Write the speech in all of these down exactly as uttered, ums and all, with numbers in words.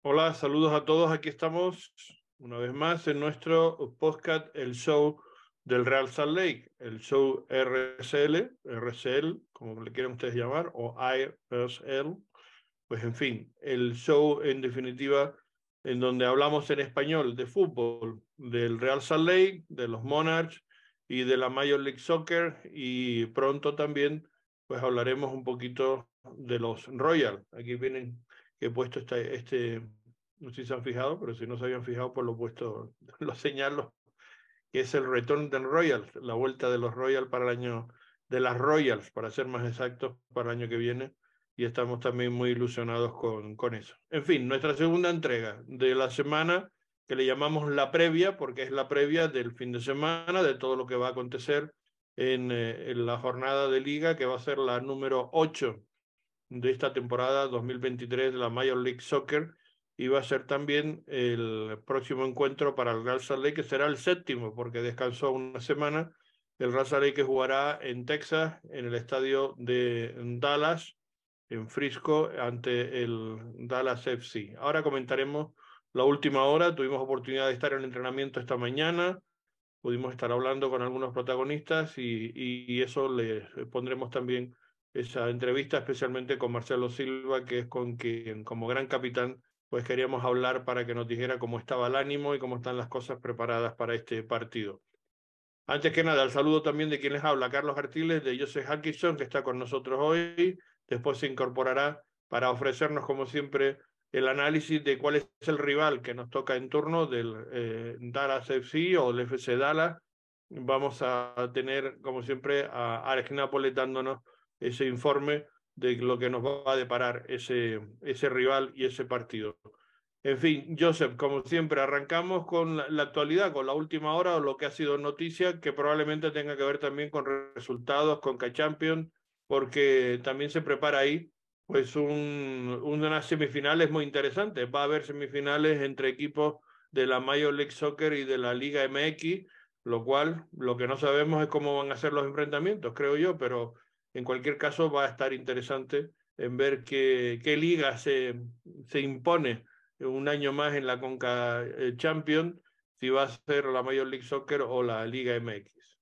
Hola, saludos a todos. Aquí estamos una vez más en nuestro podcast, el show del Real Salt Lake, el show R S L, R C L, como le quieran ustedes llamar, o I S L. Pues en fin, el show en definitiva en donde hablamos en español de fútbol, del Real Salt Lake, de los Monarchs y de la Major League Soccer, y pronto también pues hablaremos un poquito de los Royals. Aquí vienen que he puesto este, este, no sé si se han fijado, pero si no se habían fijado, pues lo he puesto, lo señalo, que es el Return del Royals, la vuelta de los Royals para el año, de las Royals, para ser más exactos, para el año que viene, y estamos también muy ilusionados con, con eso. En fin, nuestra segunda entrega de la semana, que le llamamos la previa, porque es la previa del fin de semana, de todo lo que va a acontecer en, eh, en la jornada de liga, que va a ser la número ocho de esta temporada dos mil veintitrés de la Major League Soccer, y va a ser también el próximo encuentro para el Real Salt Lake, que será el séptimo, porque descansó una semana. El Real Salt Lake que jugará en Texas, en el estadio de Dallas, en Frisco, ante el Dallas F C. Ahora comentaremos la última hora. Tuvimos oportunidad de estar en el entrenamiento esta mañana, pudimos estar hablando con algunos protagonistas y, y eso le pondremos también esa entrevista, especialmente con Marcelo Silva, que es con quien, como gran capitán, pues queríamos hablar para que nos dijera cómo estaba el ánimo y cómo están las cosas preparadas para este partido. Antes que nada, el saludo también de quien les habla, Carlos Artiles, de Joseph Atkinson, que está con nosotros hoy. Después se incorporará para ofrecernos, como siempre, el análisis de cuál es el rival que nos toca en turno del eh, Dallas F C o el F C Dallas. Vamos a tener, como siempre, a Alex Nápoles dándonos ese informe de lo que nos va a deparar ese, ese rival y ese partido. En fin, Joseph, como siempre, arrancamos con la, la actualidad, con la última hora o lo que ha sido noticia, que probablemente tenga que ver también con resultados, con K-Champions, porque también se prepara ahí pues un, unas semifinales muy interesantes. Va a haber semifinales entre equipos de la Major League Soccer y de la Liga M X, lo cual lo que no sabemos es cómo van a ser los enfrentamientos, creo yo, pero en cualquier caso va a estar interesante en ver qué, qué liga se, se impone un año más en la Conca Champions, si va a ser la Major League Soccer o la Liga M X.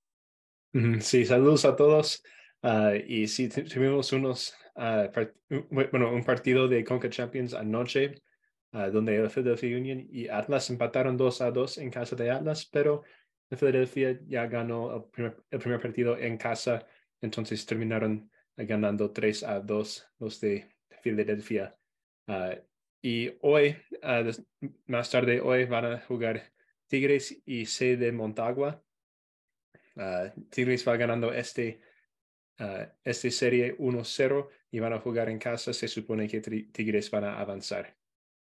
Sí, saludos a todos. Uh, y sí, tuvimos unos, uh, part bueno, un partido de Conca Champions anoche, uh, donde el Philadelphia Union y Atlas empataron dos a dos en casa de Atlas, pero el Philadelphia ya ganó el primer, el primer partido en casa, entonces terminaron ganando tres a dos los de Philadelphia. Uh, y hoy, uh, más tarde, hoy van a jugar Tigres y C de Montagua. Uh, Tigres va ganando este, uh, este serie uno cero y van a jugar en casa. Se supone que Tigres van a avanzar.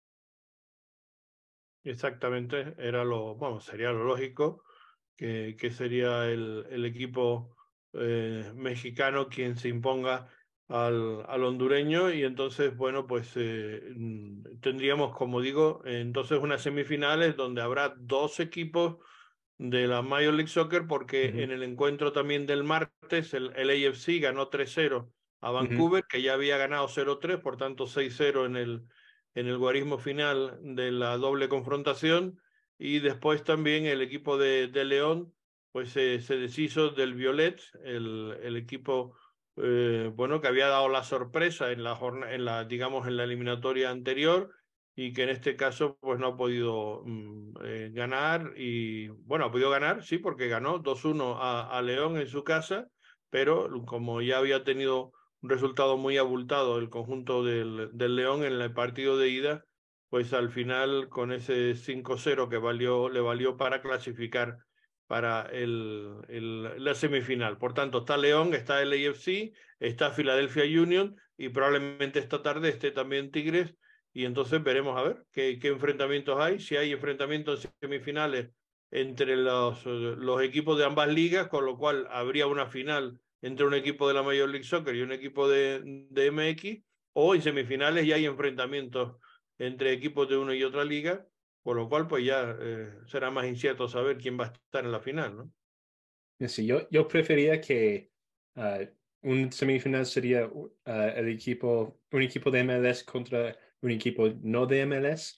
Exactamente, era lo, bueno, sería lo lógico que, que sería el, el equipo eh, mexicano quien se imponga al, al hondureño y entonces, bueno, pues eh, tendríamos, como digo, entonces unas semifinales donde habrá dos equipos de la Major League Soccer, Uh porque -huh. en el encuentro también del martes el, el A F C ganó tres cero a Uh -huh. Vancouver, que ya había ganado cero tres, por tanto seis cero en el, en el guarismo final de la doble confrontación, y después también el equipo de, de León pues eh, se deshizo del Violet, el, el equipo eh, bueno, que había dado la sorpresa en la jornada, en la, digamos, en la eliminatoria anterior, y que en este caso pues no ha podido mm, eh, ganar, y bueno, ha podido ganar, sí, porque ganó dos uno a, a León en su casa, pero como ya había tenido un resultado muy abultado el conjunto del, del León en el partido de ida, pues al final con ese cinco cero que valió, le valió para clasificar para el, el, la semifinal. Por tanto, está León, está el A F C, está Philadelphia Union y probablemente esta tarde esté también Tigres, y entonces veremos a ver qué, qué enfrentamientos hay, si hay enfrentamientos en semifinales entre los, los equipos de ambas ligas, con lo cual habría una final entre un equipo de la Major League Soccer y un equipo de, de M X, o en semifinales ya hay enfrentamientos entre equipos de una y otra liga, por lo cual pues ya eh, será más incierto saber quién va a estar en la final, ¿no? Sí, yo, yo prefería que uh, un semifinal sería uh, el equipo, un equipo de M L S contra un equipo no de M L S,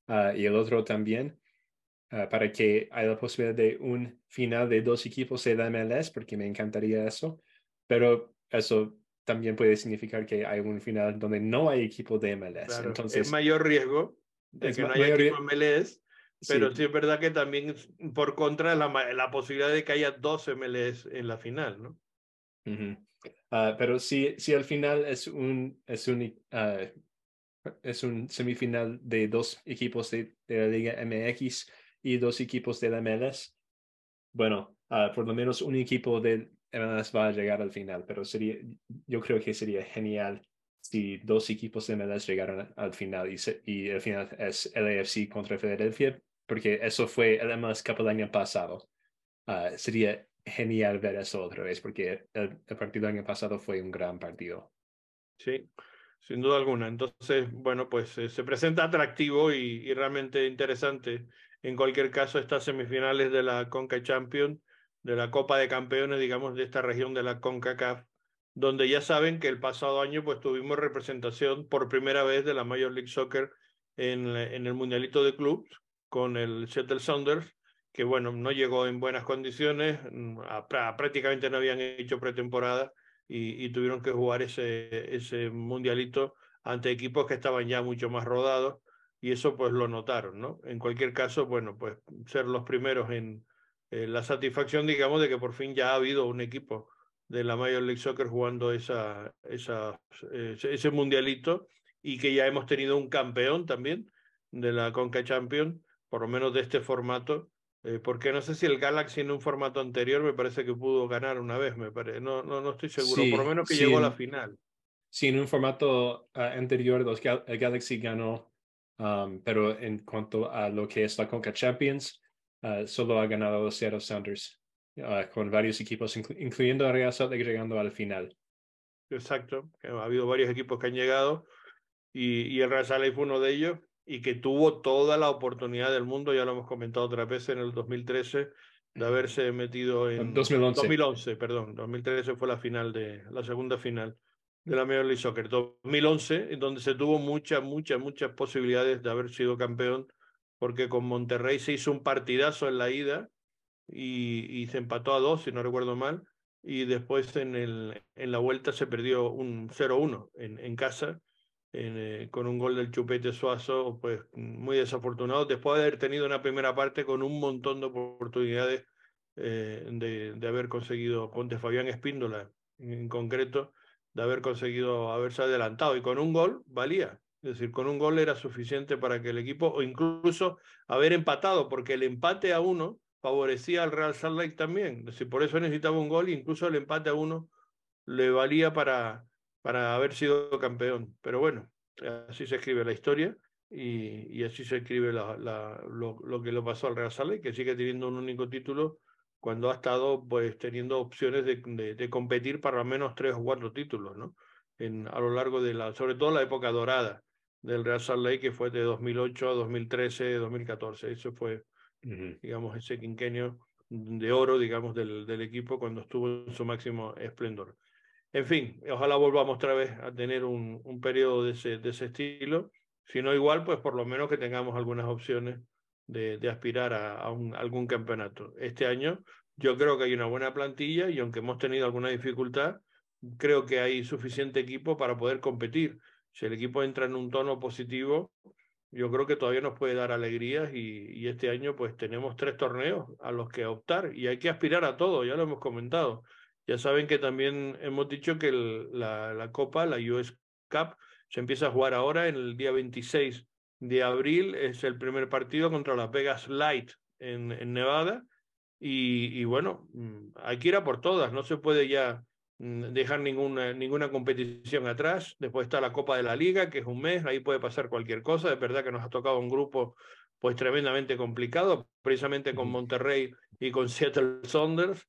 uh, y el otro también, uh, para que haya la posibilidad de un final de dos equipos de la M L S, porque me encantaría eso, pero eso también puede significar que hay un final donde no hay equipo de M L S. Claro, es Entonces, mayor riesgo de es que ma no haya equipo mayoría, M L S, sí. pero sí es verdad que también por contra la, la posibilidad de que haya dos M L S en la final, ¿no? Uh-huh. Uh, pero si, si al final es un, es un, uh, es un semifinal de dos equipos de, de la Liga M X y dos equipos de la M L S, bueno, uh, por lo menos un equipo del M L S va a llegar al final, pero sería, yo creo que sería genial si dos equipos de M L S llegaran al final y, se, y el final es L A F C contra Philadelphia, porque eso fue el M L S Cup el año pasado. Uh, sería genial ver eso otra vez, porque el, el partido del año pasado fue un gran partido. Sí, sin duda alguna. Entonces, bueno, pues eh, se presenta atractivo y, y realmente interesante. En cualquier caso, estas semifinales de la Conca Champions, de la Copa de Campeones, digamos, de esta región de la CONCACAF, donde ya saben que el pasado año pues tuvimos representación por primera vez de la Major League Soccer en, en el Mundialito de Clubs con el Seattle Sounders, que bueno, no llegó en buenas condiciones, a, a, prácticamente no habían hecho pretemporada y, y tuvieron que jugar ese, ese mundialito ante equipos que estaban ya mucho más rodados y eso pues lo notaron, ¿no? En cualquier caso, bueno, pues ser los primeros en eh, la satisfacción, digamos, de que por fin ya ha habido un equipo de la Major League Soccer jugando esa, esa, ese, ese mundialito y que ya hemos tenido un campeón también de la Conca Champions, por lo menos de este formato, eh, porque no sé si el Galaxy en un formato anterior me parece que pudo ganar una vez, me parece, no, no, no estoy seguro, por lo Sí, menos que sí, llegó a la en, final. sí, en un formato uh, anterior, los Gal el Galaxy ganó, um, pero en cuanto a lo que es la Conca Champions, uh, solo ha ganado los Seattle Sounders, uh, con varios equipos, inclu incluyendo a Real Salt Lake llegando al final. Exacto, ha habido varios equipos que han llegado y, y el Real Salt Lake fue uno de ellos y que tuvo toda la oportunidad del mundo, ya lo hemos comentado otra vez en el dos mil trece, de haberse metido en dos mil once. dos mil once, perdón, dos mil trece fue la final de la segunda final de la Major League Soccer, dos mil once, en donde se tuvo muchas, muchas, muchas posibilidades de haber sido campeón, porque con Monterrey se hizo un partidazo en la ida y, y se empató a dos, si no recuerdo mal, y después en, el, en la vuelta se perdió un cero uno en, en casa, en, eh, con un gol del Chupete Suazo, pues muy desafortunado, después de haber tenido una primera parte con un montón de oportunidades eh, de, de haber conseguido, ponte Fabián Espíndola en, en concreto, de haber conseguido haberse adelantado, y con un gol valía. Es decir, con un gol era suficiente para que el equipo, o incluso haber empatado, porque el empate a uno favorecía al Real Salt Lake también. Es decir, por eso necesitaba un gol, incluso el empate a uno le valía para, para haber sido campeón. Pero bueno, así se escribe la historia y, y así se escribe la, la, lo, lo que le pasó al Real Salt Lake, que sigue teniendo un único título cuando ha estado pues teniendo opciones de, de, de competir para al menos tres o cuatro títulos, ¿no? En, a lo largo de la, sobre todo la época dorada del Real Salt Lake, que fue de dos mil ocho a dos mil trece, dos mil catorce. Eso fue, Uh-huh. digamos, ese quinquenio de oro, digamos, del, del equipo cuando estuvo en su máximo esplendor. En fin, ojalá volvamos otra vez a tener un, un periodo de ese, de ese estilo. Si no igual, pues por lo menos que tengamos algunas opciones de, de aspirar a, a un, algún campeonato. Este año yo creo que hay una buena plantilla y aunque hemos tenido alguna dificultad, creo que hay suficiente equipo para poder competir. Si el equipo entra en un tono positivo, yo creo que todavía nos puede dar alegrías y, y este año pues tenemos tres torneos a los que optar y hay que aspirar a todo, ya lo hemos comentado. Ya saben que también hemos dicho que el, la, la Copa, la U S Cup, se empieza a jugar ahora en el día veintiséis de abril, es el primer partido contra las Vegas Light en, en Nevada y, y bueno, hay que ir a por todas, no se puede ya dejar ninguna, ninguna competición atrás. Después está la Copa de la Liga, que es un mes, ahí puede pasar cualquier cosa. Es verdad que nos ha tocado un grupo pues tremendamente complicado, precisamente con Uh-huh. Monterrey y con Seattle Sounders,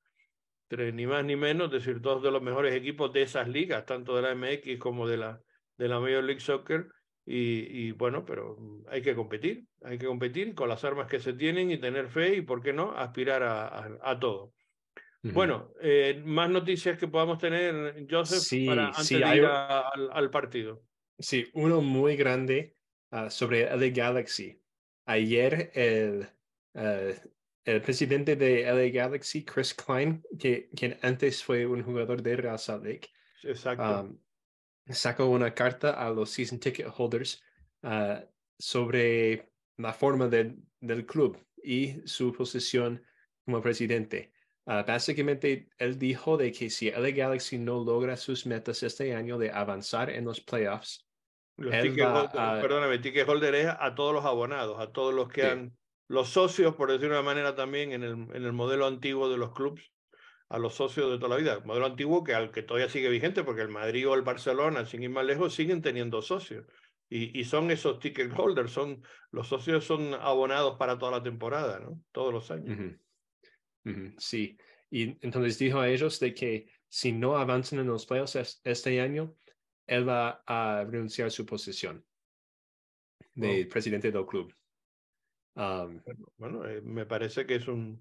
ni más ni menos, es decir, dos de los mejores equipos de esas ligas, tanto de la M X como de la, de la Major League Soccer. Y, y bueno, pero hay que competir, hay que competir con las armas que se tienen y tener fe y, ¿por qué no?, aspirar a, a, a todo. Uh-huh. Bueno, eh, más noticias que podamos tener, Joseph, para Sí, antes sí, de hay, ir a, al, al partido. sí, uno muy grande uh, sobre el Galaxy. ayer el, uh, el presidente de L A Galaxy, Chris Klein, que, quien antes fue un jugador de Real Salt Lake, Exacto. um, sacó una carta a los season ticket holders uh, sobre la forma de, del club y su posición como presidente. Uh, básicamente, él dijo de que si L A Galaxy no logra sus metas este año de avanzar en los playoffs, Los él ticket va holder, a... perdóname, ticket holder es a todos los abonados, a todos los que Sí. han, los socios, por decirlo de una manera también, en el, en el modelo antiguo de los clubes, a los socios de toda la vida. Modelo antiguo que al que todavía sigue vigente, porque el Madrid o el Barcelona, sin ir más lejos, siguen teniendo socios. Y, y son esos ticket holders, son, los socios son abonados para toda la temporada, ¿no? Todos los años. Uh-huh. Uh-huh. Sí. Y entonces dijo a ellos de que si no avanzan en los playoffs este año, él va a renunciar a su posición de Wow. presidente del club. Um, Bueno, bueno eh, me parece que es un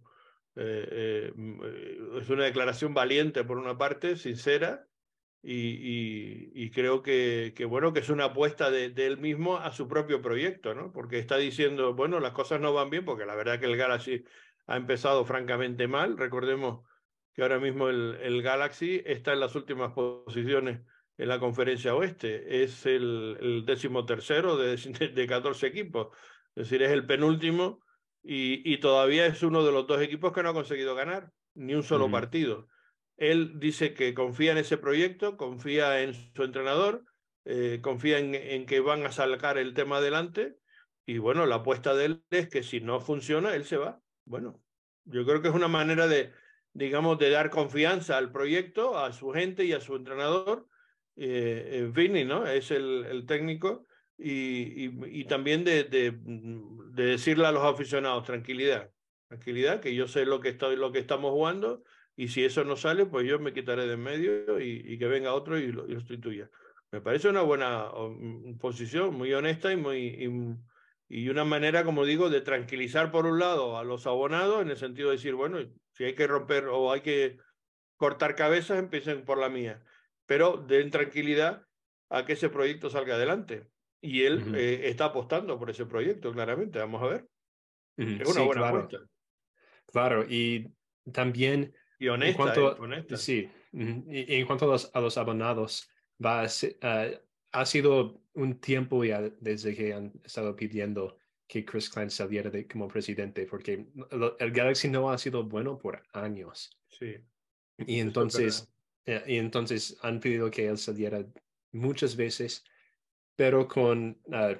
eh, eh, es una declaración valiente por una parte, sincera, y, y, y creo que, que, bueno, que es una apuesta de, de él mismo a su propio proyecto, ¿no? Porque está diciendo, bueno, las cosas no van bien, porque la verdad que el Galaxy ha empezado francamente mal. Recordemos que ahora mismo el, el Galaxy está en las últimas posiciones en la conferencia oeste. Es el, el décimo tercero de, de catorce equipos. Es decir, es el penúltimo y, y todavía es uno de los dos equipos que no ha conseguido ganar ni un solo uh-huh. partido. Él dice que confía en ese proyecto, confía en su entrenador, eh, confía en, en que van a sacar el tema adelante y bueno, la apuesta de él es que si no funciona, él se va. Bueno, yo creo que es una manera de, digamos, de dar confianza al proyecto, a su gente y a su entrenador. Eh, Vinny, ¿no? Es el, el técnico y, y, y también de, de, de decirle a los aficionados, tranquilidad, tranquilidad, que yo sé lo que, estoy, lo que estamos jugando y si eso no sale, pues yo me quitaré de en medio y, y que venga otro y lo, y lo sustituya. Me parece una buena um, posición, muy honesta y, muy, y, y una manera, como digo, de tranquilizar por un lado a los abonados en el sentido de decir, bueno, si hay que romper o hay que cortar cabezas, empiecen por la mía, pero den tranquilidad a que ese proyecto salga adelante. Y él Uh-huh. eh, está apostando por ese proyecto, claramente. Vamos a ver. Uh-huh. Es una Sí, buena claro, apuesta. claro. Y también Y en honesta, ¿eh? cuanto, Honesta. sí, uh-huh. y, y en cuanto a los, a los abonados, va a ser, uh, ha sido un tiempo ya desde que han estado pidiendo que Chris Klein saliera de, como presidente, porque lo, el Galaxy no ha sido bueno por años. Sí, Y eso es verdad. entonces, eh, y entonces han pedido que él saliera muchas veces, pero con uh,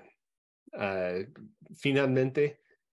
uh, finalmente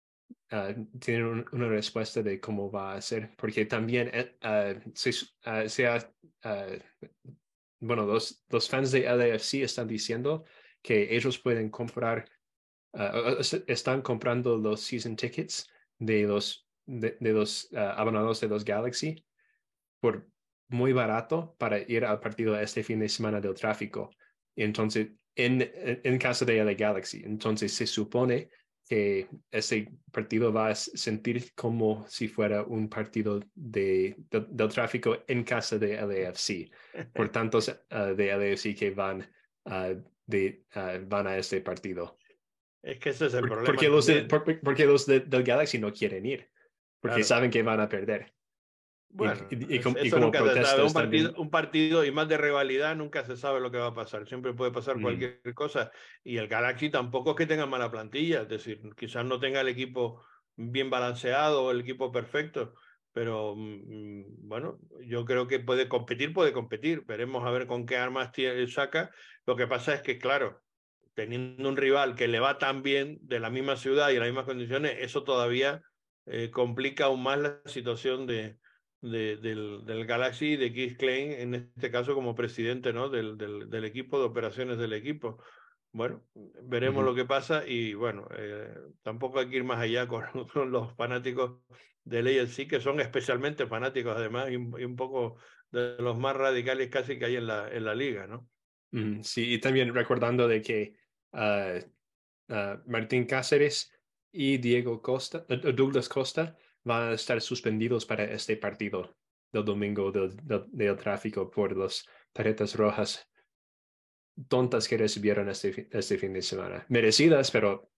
uh, tienen un, una respuesta de cómo va a ser, porque también uh, se, uh, se ha, uh, bueno, los, los fans de L A F C están diciendo que ellos pueden comprar, uh, están comprando los season tickets de los, de, de los uh, abonados de los Galaxy por muy barato para ir al partido este fin de semana del tráfico. Entonces, en, en caso de L A Galaxy, entonces se supone que ese partido va a sentir como si fuera un partido de, de, del tráfico en casa de L A F C. Por tantos uh, de L A F C que van, uh, de, uh, van a este partido. Es que ese es el Por, problema porque los, de, también. por, porque los de, del Galaxy no quieren ir, porque Claro. saben que van a perder. Y, Bueno, y, y, es, como, y eso como nunca se sabe. Un protestas partido, también. un partido y más de rivalidad nunca se sabe lo que va a pasar. Siempre puede pasar Mm, cualquier cosa. Y el Galaxy tampoco es que tenga mala plantilla. Es decir, quizás no tenga el equipo bien balanceado o el equipo perfecto. Pero mm, bueno, yo creo que puede competir, puede competir. Veremos a ver con qué armas tiene, saca. Lo que pasa es que, claro, teniendo un rival que le va tan bien de la misma ciudad y en las mismas condiciones, eso todavía eh, complica aún más la situación de, de, del, del Galaxy y de Keith Klein, en este caso como presidente, ¿no? del, del, del equipo, de operaciones del equipo. Bueno, veremos uh-huh. lo que pasa y bueno, eh, tampoco hay que ir más allá con, con los fanáticos del A L C, que son especialmente fanáticos además y, y un poco de los más radicales casi que hay en la, en la liga, ¿no? Uh-huh. Sí, y también recordando de que uh, uh, Martín Cáceres y Diego Costa, uh, Douglas Costa van a estar suspendidos para este partido del domingo del, del, del tráfico por las tarjetas rojas tontas que recibieron este, este fin de semana. Merecidas, pero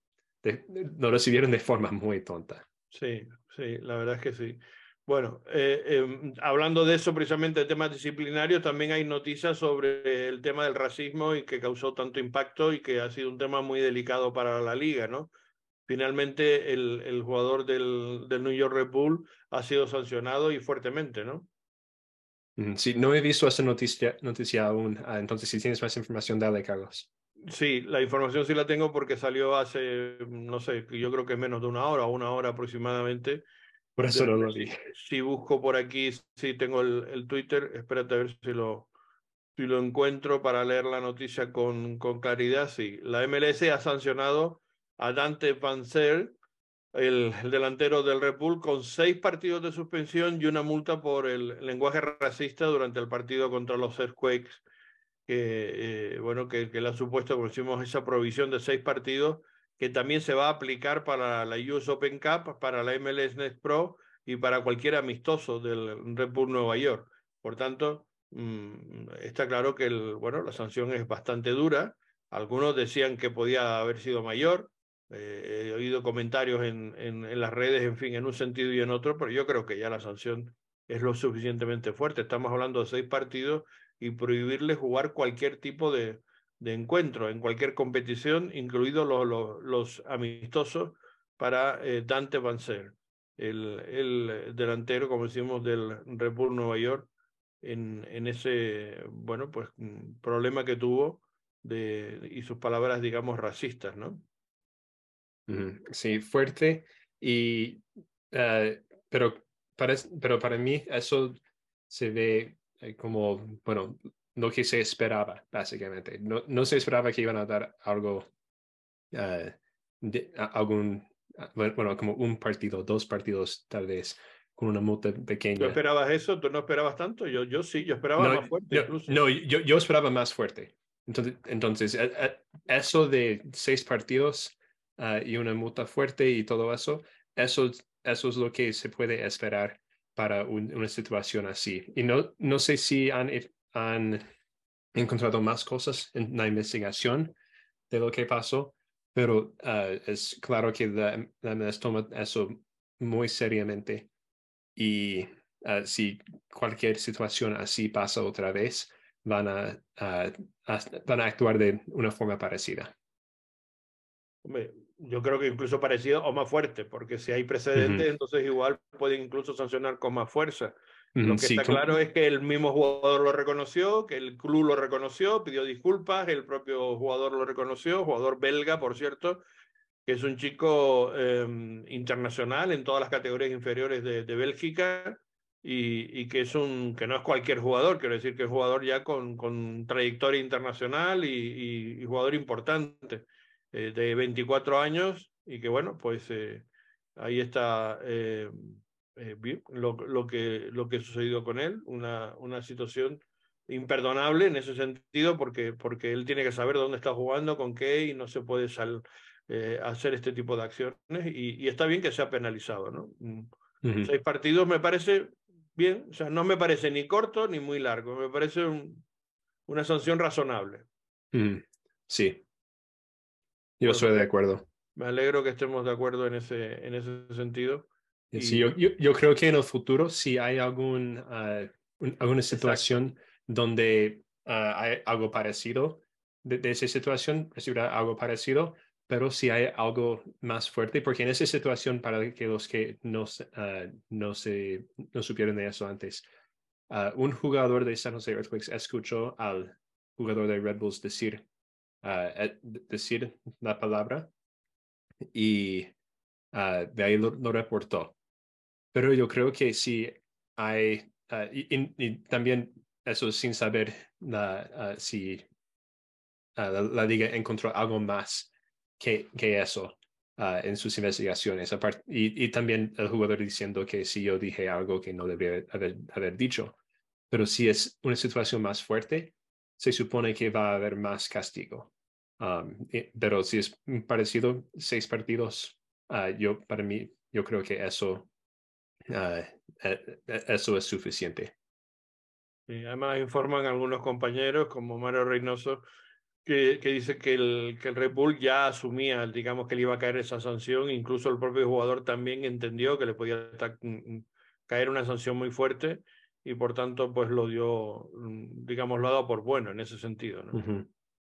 de, lo recibieron de forma muy tonta. Sí, sí, la verdad es que sí. Bueno, eh, eh, hablando de eso, precisamente de temas disciplinarios, también hay noticias sobre el tema del racismo y que causó tanto impacto y que ha sido un tema muy delicado para la liga, ¿no? Finalmente, el, el jugador del, del New York Red Bull ha sido sancionado y fuertemente, ¿no? Sí, no he visto esa noticia, noticia aún, uh, entonces si tienes más información, dale, Carlos. Sí, la información sí la tengo porque salió hace, no sé, yo creo que menos de una hora, una hora aproximadamente. Por eso no Déjame, lo si, vi. si busco por aquí, si tengo el, el Twitter, espérate a ver si lo, si lo encuentro para leer la noticia con, con claridad. Sí, la M L S ha sancionado a Dante Van Zel, el, el delantero del Red Bull, con seis partidos de suspensión y una multa por el lenguaje racista durante el partido contra los Earthquakes, que, eh, bueno, que, que le ha supuesto, como decimos, esa provisión de seis partidos, que también se va a aplicar para la U S Open Cup, para la M L S Next Pro y para cualquier amistoso del Red Bull Nueva York. Por tanto, mmm, está claro que el, bueno, la sanción es bastante dura. Algunos decían que podía haber sido mayor. Eh, he oído comentarios en, en, en las redes, en fin, en un sentido y en otro, pero yo creo que ya la sanción es lo suficientemente fuerte. Estamos hablando de seis partidos y prohibirle jugar cualquier tipo de, de encuentro, en cualquier competición, incluidos los, los, los amistosos para eh, Dante Van Zel, el, el delantero, como decimos, del Red Bull Nueva York, en, en ese, bueno, pues problema que tuvo de, y sus palabras, digamos, racistas, ¿no? Sí, fuerte. Y, uh, pero, para, pero para mí eso se ve eh, como, bueno, lo que se esperaba, básicamente. No, no se esperaba que iban a dar algo, uh, de, a, algún, bueno, como un partido, dos partidos tal vez, con una multa ¿Tú pequeña. esperabas eso? ¿Tú no esperabas tanto? Yo, yo sí, yo esperaba No, más fuerte no, incluso. no yo, yo esperaba más fuerte. Entonces, entonces eh, eh, eso de seis partidos uh, y una multa fuerte y todo eso, eso, eso es lo que se puede esperar para un, una situación así. Y no, no sé si han, han encontrado más cosas en la investigación de lo que pasó, pero uh, es claro que la, la M L S toma eso muy seriamente y uh, si cualquier situación así pasa otra vez, van a, uh, a, van a actuar de una forma parecida. Hombre, yo creo que incluso parecido o más fuerte, porque si hay Uh -huh. precedentes, entonces igual pueden incluso sancionar con más fuerza. Uh Lo -huh. que Sí, está claro es que el mismo jugador lo reconoció, que el club lo reconoció, pidió disculpas, el propio jugador lo reconoció, jugador belga, por cierto, que es un chico eh, internacional en todas las categorías inferiores de, de Bélgica y, y, que, es un, que no es cualquier jugador, quiero decir que es jugador ya con, con trayectoria internacional y, y, y jugador importante, eh, de veinticuatro años y que bueno, pues eh, ahí está eh, eh, bien, lo, lo, que, lo que ha sucedido con él, una, una situación imperdonable en ese sentido porque, porque él tiene que saber dónde está jugando, con qué y no se puede salir eh, hacer este tipo de acciones y, y está bien que sea penalizado, ¿no? Mm, uh -huh. Seis partidos me parece bien, o sea, no me parece ni corto ni muy largo, me parece un, una sanción razonable. Uh -huh. Sí, yo Pues me estoy de alegro, acuerdo. me alegro que estemos de acuerdo en ese, en ese sentido. Sí, Y yo, yo, yo creo que en el futuro, si hay algún, uh, un, alguna exacto. situación donde uh, hay algo parecido, de, de, esa situación recibirá algo parecido, pero si hay algo más fuerte, porque en esa situación, para que los que no, uh, no, se, no supieron de eso antes, uh, un jugador de San Jose Earthquakes escuchó al jugador de Red Bulls decir, uh, decir la palabra y uh, de ahí lo, lo reportó. Pero yo creo que si hay, uh, y, y, y, también eso sin saber la, uh, si uh, la, la, liga encontró algo más que, que eso uh, en sus investigaciones. Apart y, y también el jugador diciendo que si yo dije algo que no debería haber, haber dicho. Pero si es una situación más fuerte, se supone que va a haber más castigo. Um, y, pero si es parecido, seis partidos, uh, yo para mí, yo creo que eso Uh, eso es suficiente. Y además informan algunos compañeros como Mario Reynoso que, que dice que el, que el Red Bull ya asumía, digamos, que le iba a caer esa sanción, incluso el propio jugador también entendió que le podía caer una sanción muy fuerte y por tanto pues lo dio, digamos, lo ha dado por bueno en ese sentido, ¿no? Uh-huh.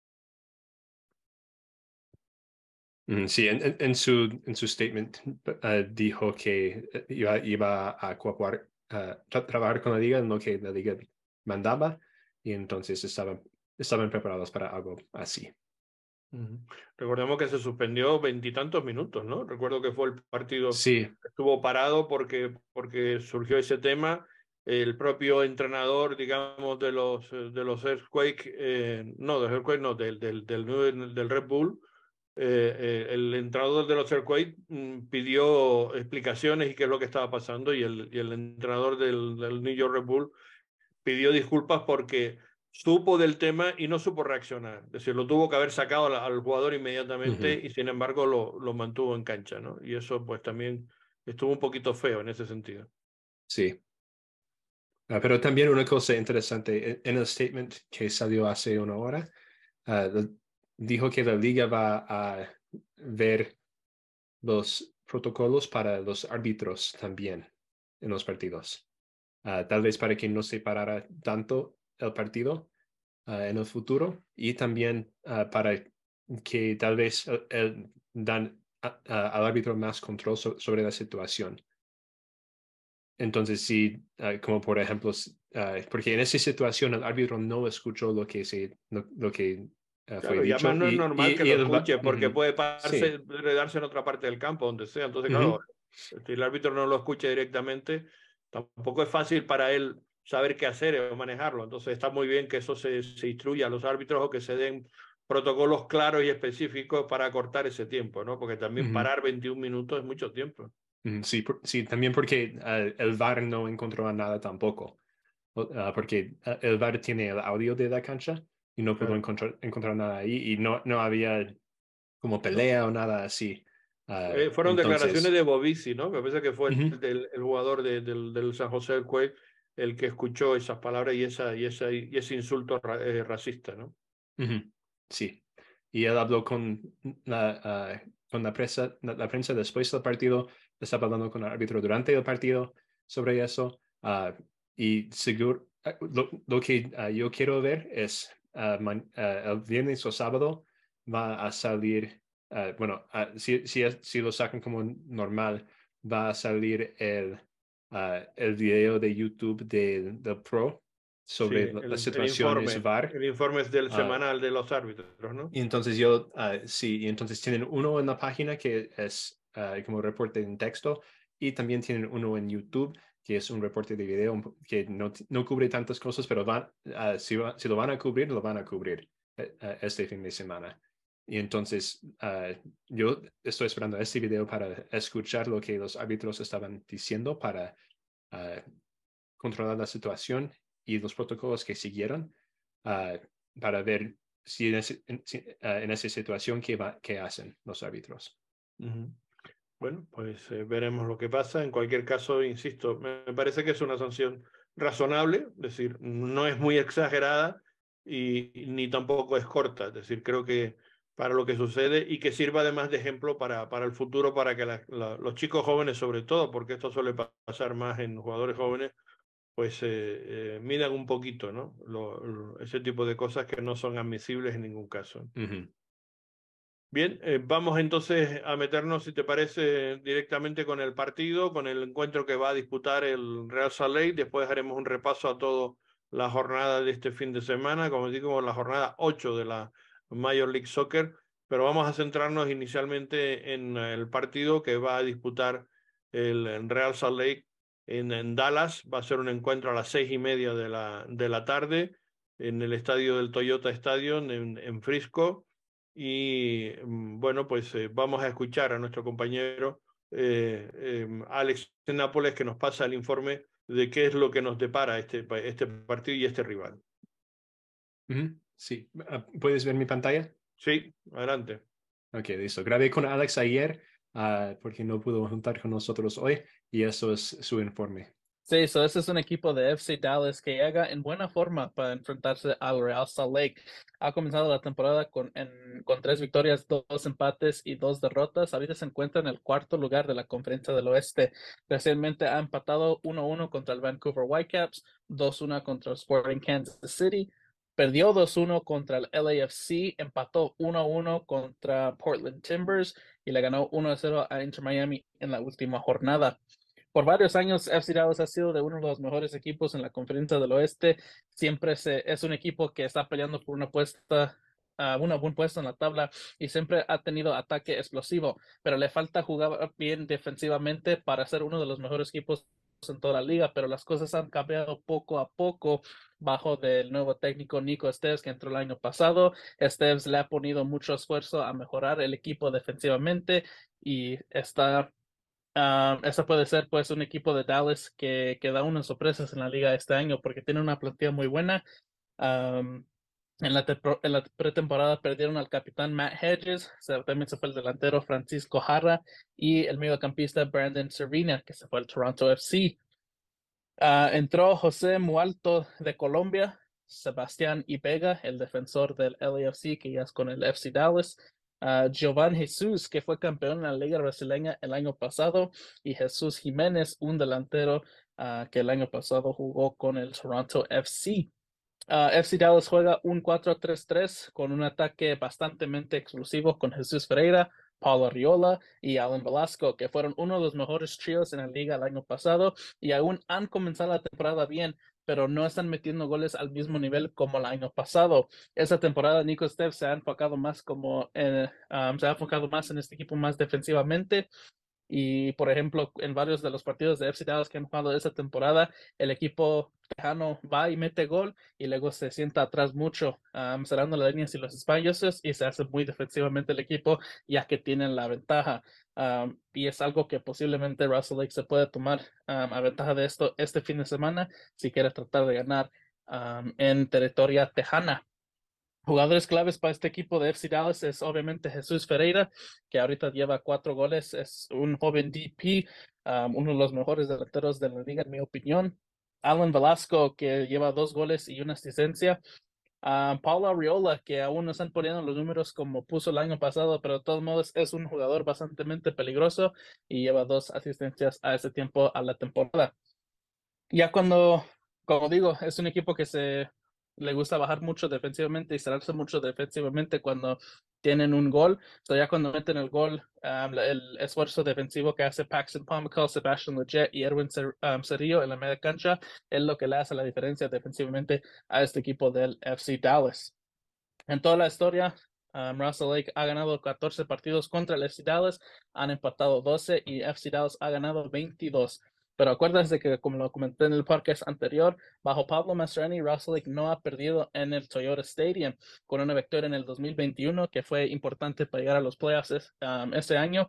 Sí, en, en, en, su, en su statement uh, dijo que iba, iba a cooperar, uh, tra trabajar con la liga en lo que la liga mandaba y entonces estaban, estaban preparados para algo así. Uh-huh. Recordemos que se suspendió veintitantos minutos, ¿no? Recuerdo que fue el partido Sí. que estuvo parado porque, porque surgió ese tema. El propio entrenador, digamos, de los, de los Earthquake, eh, no, de Earthquake, no, del, del, del, del Red Bull, eh, eh, el entrenador de los Earthquake mm, pidió explicaciones y qué es lo que estaba pasando y el, y el entrenador del, del New York Red Bull pidió disculpas porque supo del tema y no supo reaccionar. Es decir, lo tuvo que haber sacado al, al jugador inmediatamente Uh-huh. y sin embargo lo, lo mantuvo en cancha, ¿no? Y eso pues también estuvo un poquito feo en ese sentido. Sí. Uh, pero también una cosa interesante, en el statement que salió hace una hora, uh, dijo que la liga va a ver los protocolos para los árbitros también en los partidos. Uh, tal vez para que no se parara tanto el partido uh, en el futuro y también uh, para que tal vez el, el dan a, a, al árbitro más control so, sobre la situación. Entonces, sí, uh, como por ejemplo, uh, porque en esa situación el árbitro no escuchó lo que, se, lo, lo que uh, fue Claro, y además dicho no es y, normal que y, y lo el, escuche porque uh-huh. puede pararse, Sí. darse en otra parte del campo, donde sea. Entonces, claro, Uh-huh. si el árbitro no lo escucha directamente, tampoco es fácil para él saber qué hacer o manejarlo. Entonces, está muy bien que eso se, se instruya a los árbitros o que se den protocolos claros y específicos para acortar ese tiempo, ¿no? Porque también Uh-huh. parar veintiún minutos es mucho tiempo. Uh-huh. Sí, por, sí, también porque uh, el V A R no encontró nada tampoco. Uh, porque uh, el V A R tiene el audio de la cancha y no pudo Claro. encontrar, encontrar nada ahí y no, no había como ¿No? pelea o nada así. Uh, Eh, fueron declaraciones entonces, de Bovici, ¿no? Me parece que fue uh-huh. el, el, el jugador de, del, del San José del Cuey el que escuchó esas palabras y, esa, y, esa, y ese insulto ra, eh, racista, ¿no? Uh-huh. Sí. Y él habló con la, uh, con la prensa, la, la prensa después del partido, estaba hablando con el árbitro durante el partido sobre eso. Uh, y seguro, uh, lo, lo que uh, yo quiero ver es uh, man, uh, el viernes o sábado va a salir, uh, bueno, uh, si, si, si lo sacan como normal, va a salir el, uh, el video de YouTube del, del Pro Sí, sobre las el, el situaciones informe, V A R. el informe es del Uh, semanal de los árbitros, ¿no? y entonces yo, uh, sí, y entonces tienen uno en la página que es uh, como reporte en texto y también tienen uno en YouTube que es un reporte de video que no, no cubre tantas cosas, pero van, uh, si, va, si lo van a cubrir, lo van a cubrir uh, este fin de semana. Y entonces uh, yo estoy esperando este video para escuchar lo que los árbitros estaban diciendo para uh, controlar la situación y los protocolos que siguieron uh, para ver si en, ese, en, uh, en esa situación qué, va, qué hacen los árbitros. Uh-huh. Bueno, pues eh, veremos lo que pasa. En cualquier caso, insisto, me parece que es una sanción razonable, es decir, no es muy exagerada y, y ni tampoco es corta, es decir, creo que para lo que sucede y que sirva además de ejemplo para, para el futuro, para que la, la, los chicos jóvenes sobre todo, porque esto suele pasar más en jugadores jóvenes, pues eh, eh, midan un poquito, ¿no? Lo, lo, ese tipo de cosas que no son admisibles en ningún caso. Uh-huh. Bien, eh, vamos entonces a meternos, si te parece, directamente con el partido, con el encuentro que va a disputar el Real Salt Lake. Después haremos un repaso a toda la jornada de este fin de semana, como digo, la jornada ocho de la Major League Soccer. Pero vamos a centrarnos inicialmente en el partido que va a disputar el Real Salt Lake en, en Dallas. Va a ser un encuentro a las seis y media de la, de la tarde en el estadio del Toyota Stadium en, en Frisco. Y bueno, pues eh, vamos a escuchar a nuestro compañero eh, eh, Alex Nápoles que nos pasa el informe de qué es lo que nos depara este, este partido y este rival. Uh-huh. Sí, ¿puedes ver mi pantalla? Sí, adelante. Ok, listo. Grabé con Alex ayer uh, porque no pudo juntar con nosotros hoy y eso es su informe. Sí, so ese es un equipo de F C Dallas que llega en buena forma para enfrentarse al Real Salt Lake. Ha comenzado la temporada con, en, con tres victorias, dos empates y dos derrotas. Ahorita se encuentra en el cuarto lugar de la Conferencia del Oeste. Recientemente ha empatado uno a uno contra el Vancouver Whitecaps, dos a uno contra el Sporting Kansas City, perdió dos a uno contra el L A F C, empató uno a uno contra Portland Timbers y le ganó uno a cero a Inter Miami en la última jornada. Por varios años, F C Dallas ha sido de uno de los mejores equipos en la Conferencia del Oeste. Siempre se, es un equipo que está peleando por una puesta, uh, una buen puesto en la tabla y siempre ha tenido ataque explosivo, pero le falta jugar bien defensivamente para ser uno de los mejores equipos en toda la liga, pero las cosas han cambiado poco a poco bajo del nuevo técnico Nico Esteves que entró el año pasado. Esteves le ha ponido mucho esfuerzo a mejorar el equipo defensivamente y está Um, ese puede ser pues un equipo de Dallas que, que da unas sorpresas en la liga este año porque tiene una plantilla muy buena. Um, en la, en la pretemporada perdieron al capitán Matt Hedges, se, también se fue el delantero Francisco Jara y el mediocampista Brandon Servina, que se fue al Toronto F C. Uh, entró José Mualto de Colombia, Sebastián Ibega, el defensor del L A F C, que ya es con el F C Dallas, uh, Giovanni Jesús, que fue campeón en la Liga Brasileña el año pasado, y Jesús Jiménez, un delantero uh, que el año pasado jugó con el Toronto F C. Uh, F C Dallas juega un cuatro tres tres con un ataque bastante explosivo con Jesús Ferreira, Paulo Arriola y Alan Velasco, que fueron uno de los mejores tríos en la liga el año pasado y aún han comenzado la temporada bien, pero no están metiendo goles al mismo nivel como el año pasado. Esta temporada Nico Steph se ha enfocado más como eh, um, se ha enfocado más en este equipo más defensivamente. Y, por ejemplo, en varios de los partidos de F C Dallas que han jugado esta temporada, el equipo tejano va y mete gol y luego se sienta atrás mucho, um, cerrando las líneas y los espacios y se hace muy defensivamente el equipo ya que tienen la ventaja. Um, y es algo que posiblemente Russell Lake se puede tomar um, a ventaja de esto este fin de semana si quiere tratar de ganar um, en territorio tejana. Jugadores claves para este equipo de F C Dallas es obviamente Jesús Ferreira, que ahorita lleva cuatro goles, es un joven D P, um, uno de los mejores delanteros de la liga, en mi opinión. Alan Velasco, que lleva dos goles y una asistencia. Uh, Paulo Arriola, que aún no están poniendo los números como puso el año pasado, pero de todos modos es un jugador bastante peligroso y lleva dos asistencias a ese tiempo a la temporada. Ya cuando, como digo, es un equipo que se le gusta bajar mucho defensivamente y cerrarse mucho defensivamente cuando tienen un gol. So ya cuando meten el gol, um, el esfuerzo defensivo que hace Paxton Pomykal, Sebastian Lletget y Edwin Cer um, Cerrillo en la media cancha es lo que le hace la diferencia defensivamente a este equipo del F C Dallas. En toda la historia, um, Russell Lake ha ganado catorce partidos contra el F C Dallas, han empatado doce y F C Dallas ha ganado veintidós. Pero acuérdense que, como lo comenté en el podcast anterior, bajo Pablo Mastroeni, Russell Lake no ha perdido en el Toyota Stadium, con una victoria en el dos mil veintiuno que fue importante para llegar a los playoffs um, ese año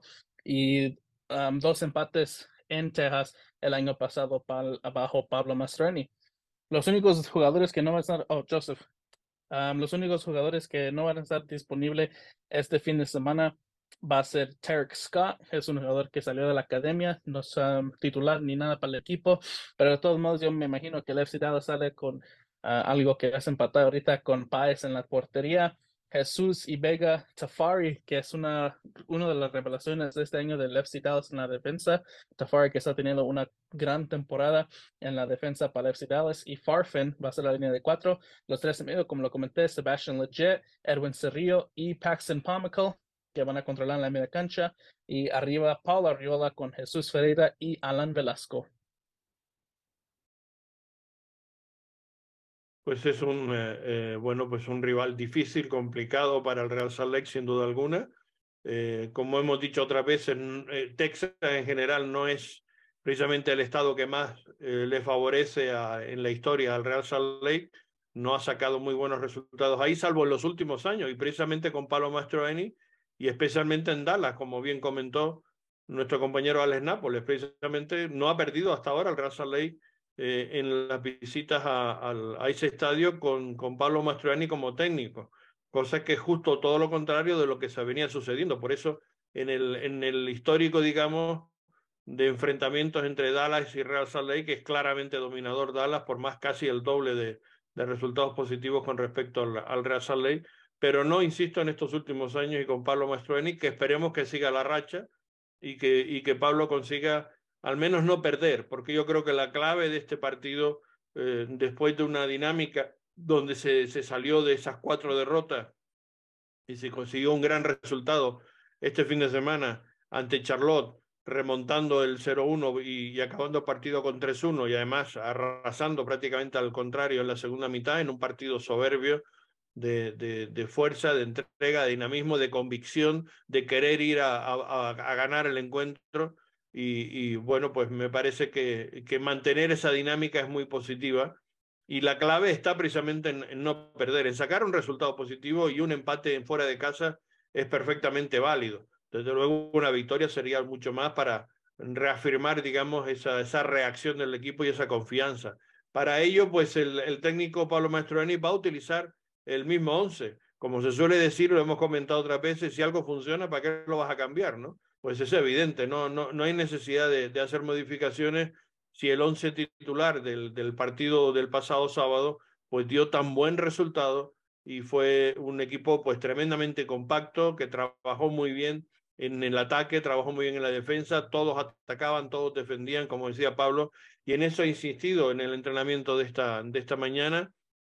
y um, dos empates en Texas el año pasado bajo Pablo Mastroeni. Los únicos jugadores que no van a estar, oh, Joseph, Um, los únicos jugadores que no van a estar disponibles este fin de semana va a ser Tarek Scott, es un jugador que salió de la academia, no es um, titular ni nada para el equipo, pero de todos modos yo me imagino que el F C Dallas sale con uh, algo que es empatar ahorita con Páez en la portería. Jesús y Vega Tafari, que es una, una de las revelaciones de este año del F C Dallas en la defensa. Tafari que está teniendo una gran temporada en la defensa para el F C Dallas y Farfan va a ser la línea de cuatro. Los tres en medio, como lo comenté, Sebastian Lletget, Edwin Cerrillo y Paxton Pomykal, que van a controlar la media cancha. Y arriba, Paulo Arriola con Jesús Ferreira y Alan Velasco. Pues es un, eh, eh, bueno, pues un rival difícil, complicado para el Real Salt Lake, sin duda alguna. Eh, como hemos dicho otras veces, eh, Texas en general no es precisamente el estado que más eh, le favorece a, en la historia al Real Salt Lake. No ha sacado muy buenos resultados ahí, salvo en los últimos años, y precisamente con Pablo Mastroeni, y especialmente en Dallas, como bien comentó nuestro compañero Alex Nápoles, precisamente no ha perdido hasta ahora el Real Salt Lake eh, en las visitas a, a, a ese estadio con, con Pablo Mastroeni como técnico, cosa que es justo todo lo contrario de lo que se venía sucediendo. Por eso, en el, en el histórico, digamos, de enfrentamientos entre Dallas y Real Salt Lake, que es claramente dominador Dallas por más casi el doble de, de resultados positivos con respecto al, al Real Salt Lake, pero no insisto en estos últimos años y con Pablo Mastroeni, que esperemos que siga la racha y que, y que Pablo consiga al menos no perder, porque yo creo que la clave de este partido, eh, después de una dinámica donde se, se salió de esas cuatro derrotas y se consiguió un gran resultado este fin de semana ante Charlotte, remontando el cero uno y, y acabando el partido con tres uno y además arrasando prácticamente al contrario en la segunda mitad en un partido soberbio de, de, de fuerza, de entrega, de dinamismo, de convicción, de querer ir a, a, a ganar el encuentro y, y bueno, pues me parece que, que mantener esa dinámica es muy positiva. Y la clave está precisamente en, en, no perder, en sacar un resultado positivo, y un empate en fuera de casa es perfectamente válido. Desde luego una victoria sería mucho más para reafirmar, digamos, esa, esa reacción del equipo y esa confianza. Para ello, pues el, el técnico Pablo Mastroeni va a utilizar el mismo once. Como se suele decir, lo hemos comentado otras veces, si algo funciona, ¿para qué lo vas a cambiar, no? Pues es evidente, no, no, no hay necesidad de, de hacer modificaciones si el once titular del, del partido del pasado sábado pues dio tan buen resultado y fue un equipo pues tremendamente compacto que trabajó muy bien en el ataque, trabajó muy bien en la defensa, todos atacaban, todos defendían, como decía Pablo, y en eso ha insistido en el entrenamiento de esta, de esta mañana.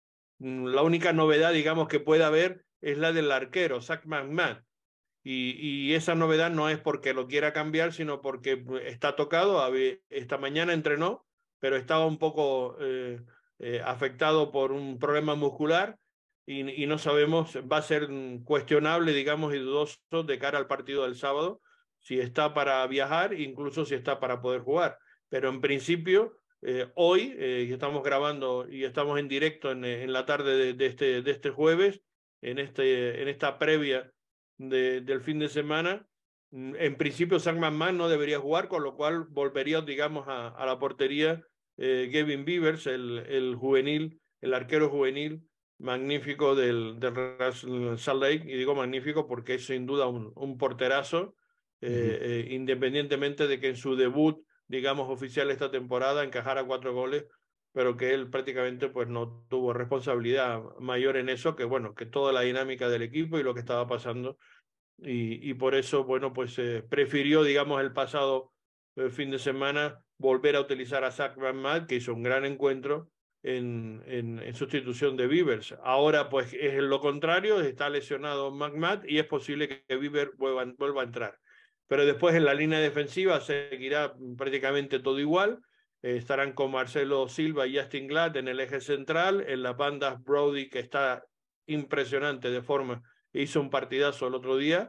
La única novedad, digamos, que puede haber es la del arquero, Zach McMahon. Y, y esa novedad no es porque lo quiera cambiar, sino porque está tocado. Esta mañana entrenó, pero estaba un poco eh, eh, afectado por un problema muscular y, y no sabemos, va a ser cuestionable, digamos, y dudoso de cara al partido del sábado, si está para viajar, incluso si está para poder jugar. Pero en principio, eh, hoy, eh, estamos grabando y estamos en directo en, en la tarde de, de, este, de este jueves, en, este, en esta previa de, del fin de semana. En principio, San McMahon no debería jugar, con lo cual volvería, digamos, a, a la portería eh, Gavin Beavers, el, el juvenil, el arquero juvenil magnífico del, del Real Salt Lake. Y digo magnífico porque es sin duda un, un porterazo, eh, uh-huh. eh, independientemente de que en su debut, digamos, oficial esta temporada encajara cuatro goles, pero que él prácticamente pues no tuvo responsabilidad mayor en eso, que bueno, que toda la dinámica del equipo y lo que estaba pasando, y, y por eso, bueno, pues eh, prefirió, digamos, el pasado eh, fin de semana volver a utilizar a Zach McMahon, que hizo un gran encuentro en, en, en sustitución de Beavers. Ahora, pues es lo contrario, está lesionado McMahon y es posible que Beavers vuelva, vuelva a entrar. Pero después en la línea defensiva seguirá prácticamente todo igual. Eh, estarán con Marcelo Silva y Justin Glad en el eje central, en las bandas Brody, que está impresionante de forma, hizo un partidazo el otro día,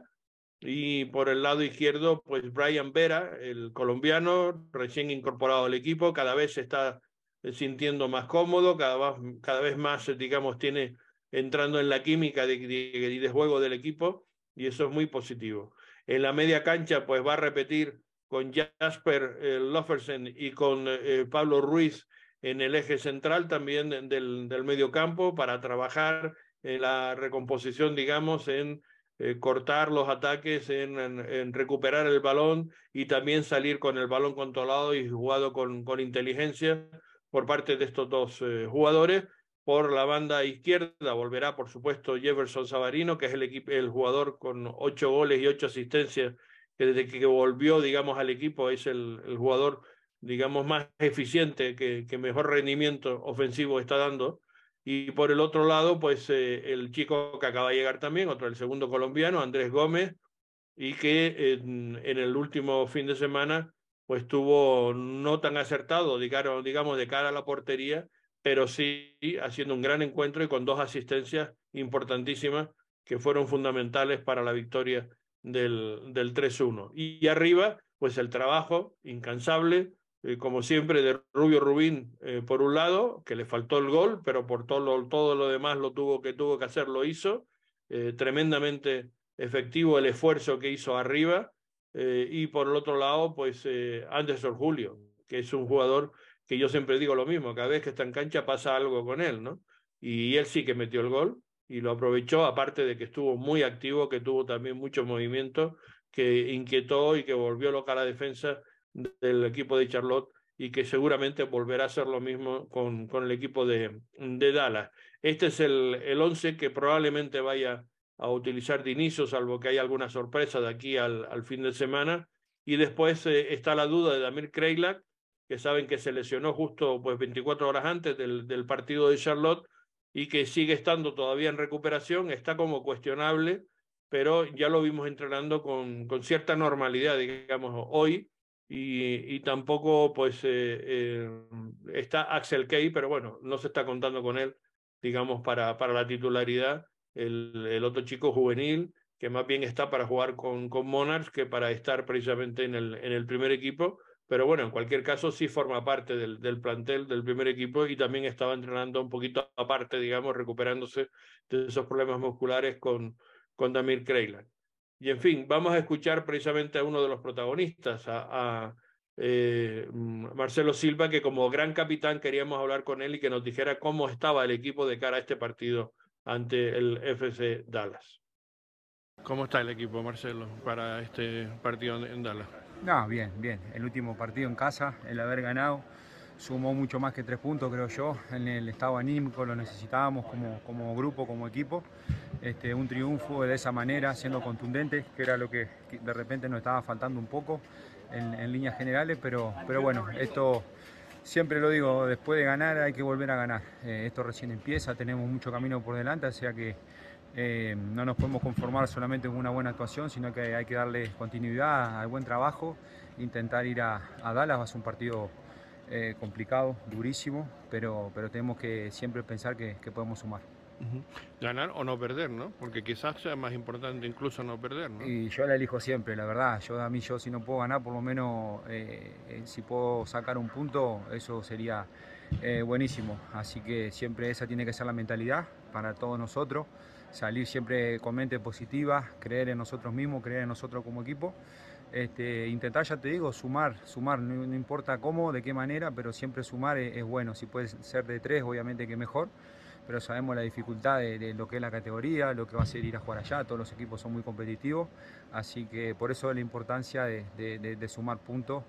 y por el lado izquierdo, pues Brian Vera, el colombiano, recién incorporado al equipo, cada vez se está sintiendo más cómodo, cada vez, cada vez más, digamos, tiene entrando en la química de, de, de juego del equipo, y eso es muy positivo. En la media cancha, pues va a repetir con Jasper eh, Loffersen y con eh, Pablo Ruiz en el eje central también del, del medio campo, para trabajar en la recomposición, digamos, en eh, cortar los ataques, en, en, en recuperar el balón y también salir con el balón controlado y jugado con, con inteligencia por parte de estos dos eh, jugadores. Por la banda izquierda volverá, por supuesto, Jefferson Savarino, que es el, equipo, el jugador con ocho goles y ocho asistencias, que desde que volvió, digamos, al equipo es el, el jugador, digamos, más eficiente, que, que mejor rendimiento ofensivo está dando. Y por el otro lado, pues eh, el chico que acaba de llegar también, otro, el segundo colombiano, Andrés Gómez, y que en, en el último fin de semana pues tuvo no tan acertado, digamos, digamos, de cara a la portería, pero sí haciendo un gran encuentro y con dos asistencias importantísimas que fueron fundamentales para la victoria del, del tres uno. Y, y arriba, pues el trabajo incansable, eh, como siempre, de Rubio Rubín, eh, por un lado, que le faltó el gol, pero por todo lo, todo lo demás lo tuvo que, tuvo que hacer, lo hizo, eh, tremendamente efectivo el esfuerzo que hizo arriba, eh, y por el otro lado, pues eh, Anderson Julio, que es un jugador que yo siempre digo lo mismo, cada vez que está en cancha pasa algo con él, ¿no? Y él sí que metió el gol y lo aprovechó, aparte de que estuvo muy activo, que tuvo también mucho movimiento, que inquietó y que volvió loca a la defensa del equipo de Charlotte y que seguramente volverá a hacer lo mismo con, con el equipo de, de Dallas. Este es el, el once que probablemente vaya a utilizar de inicio, salvo que haya alguna sorpresa de aquí al, al fin de semana. Y después eh, está la duda de Damir Kreilach, que saben que se lesionó justo pues veinticuatro horas antes del, del partido de Charlotte y que sigue estando todavía en recuperación, está como cuestionable, pero ya lo vimos entrenando con, con cierta normalidad, digamos, hoy, y, y tampoco pues eh, eh, está Axel Kay, pero bueno, no se está contando con él, digamos, para, para la titularidad, el, el otro chico juvenil, que más bien está para jugar con, con Monarchs que para estar precisamente en el, en el primer equipo, pero bueno, en cualquier caso sí forma parte del, del plantel del primer equipo y también estaba entrenando un poquito aparte, digamos, recuperándose de esos problemas musculares con, con Damir Kreilach. Y en fin, vamos a escuchar precisamente a uno de los protagonistas, a, a eh, Marcelo Silva, que como gran capitán queríamos hablar con él y que nos dijera cómo estaba el equipo de cara a este partido ante el F C Dallas. ¿Cómo está el equipo, Marcelo, para este partido en Dallas? No, bien, bien. El último partido en casa, el haber ganado, sumó mucho más que tres puntos, creo yo. En el estado anímico lo necesitábamos como, como grupo, como equipo. Este, un triunfo de esa manera, siendo contundente, que era lo que de repente nos estaba faltando un poco en, en líneas generales, pero, pero bueno, esto siempre lo digo, después de ganar hay que volver a ganar. Eh, esto recién empieza, tenemos mucho camino por delante, o sea que Eh, no nos podemos conformar solamente con una buena actuación, sino que hay que darle continuidad al buen trabajo, intentar ir a, a Dallas. Va a ser un partido eh, complicado, durísimo, pero, pero tenemos que siempre pensar que, que podemos sumar. Uh-huh. Ganar o no perder, ¿no? Porque quizás sea más importante incluso no perder, ¿no? Y yo la elijo siempre, la verdad. Yo a mí, yo si no puedo ganar, por lo menos eh, eh, si puedo sacar un punto, eso sería eh, buenísimo. Así que siempre esa tiene que ser la mentalidad para todos nosotros. Salir siempre con mente positiva, creer en nosotros mismos, creer en nosotros como equipo. Este, intentar, ya te digo, sumar, sumar, no, no importa cómo, de qué manera, pero siempre sumar es, es bueno. Si puede ser de tres, obviamente que mejor, pero sabemos la dificultad de, de lo que es la categoría, lo que va a ser ir a jugar allá. Todos los equipos son muy competitivos, así que por eso la importancia de, de, de, de sumar puntos.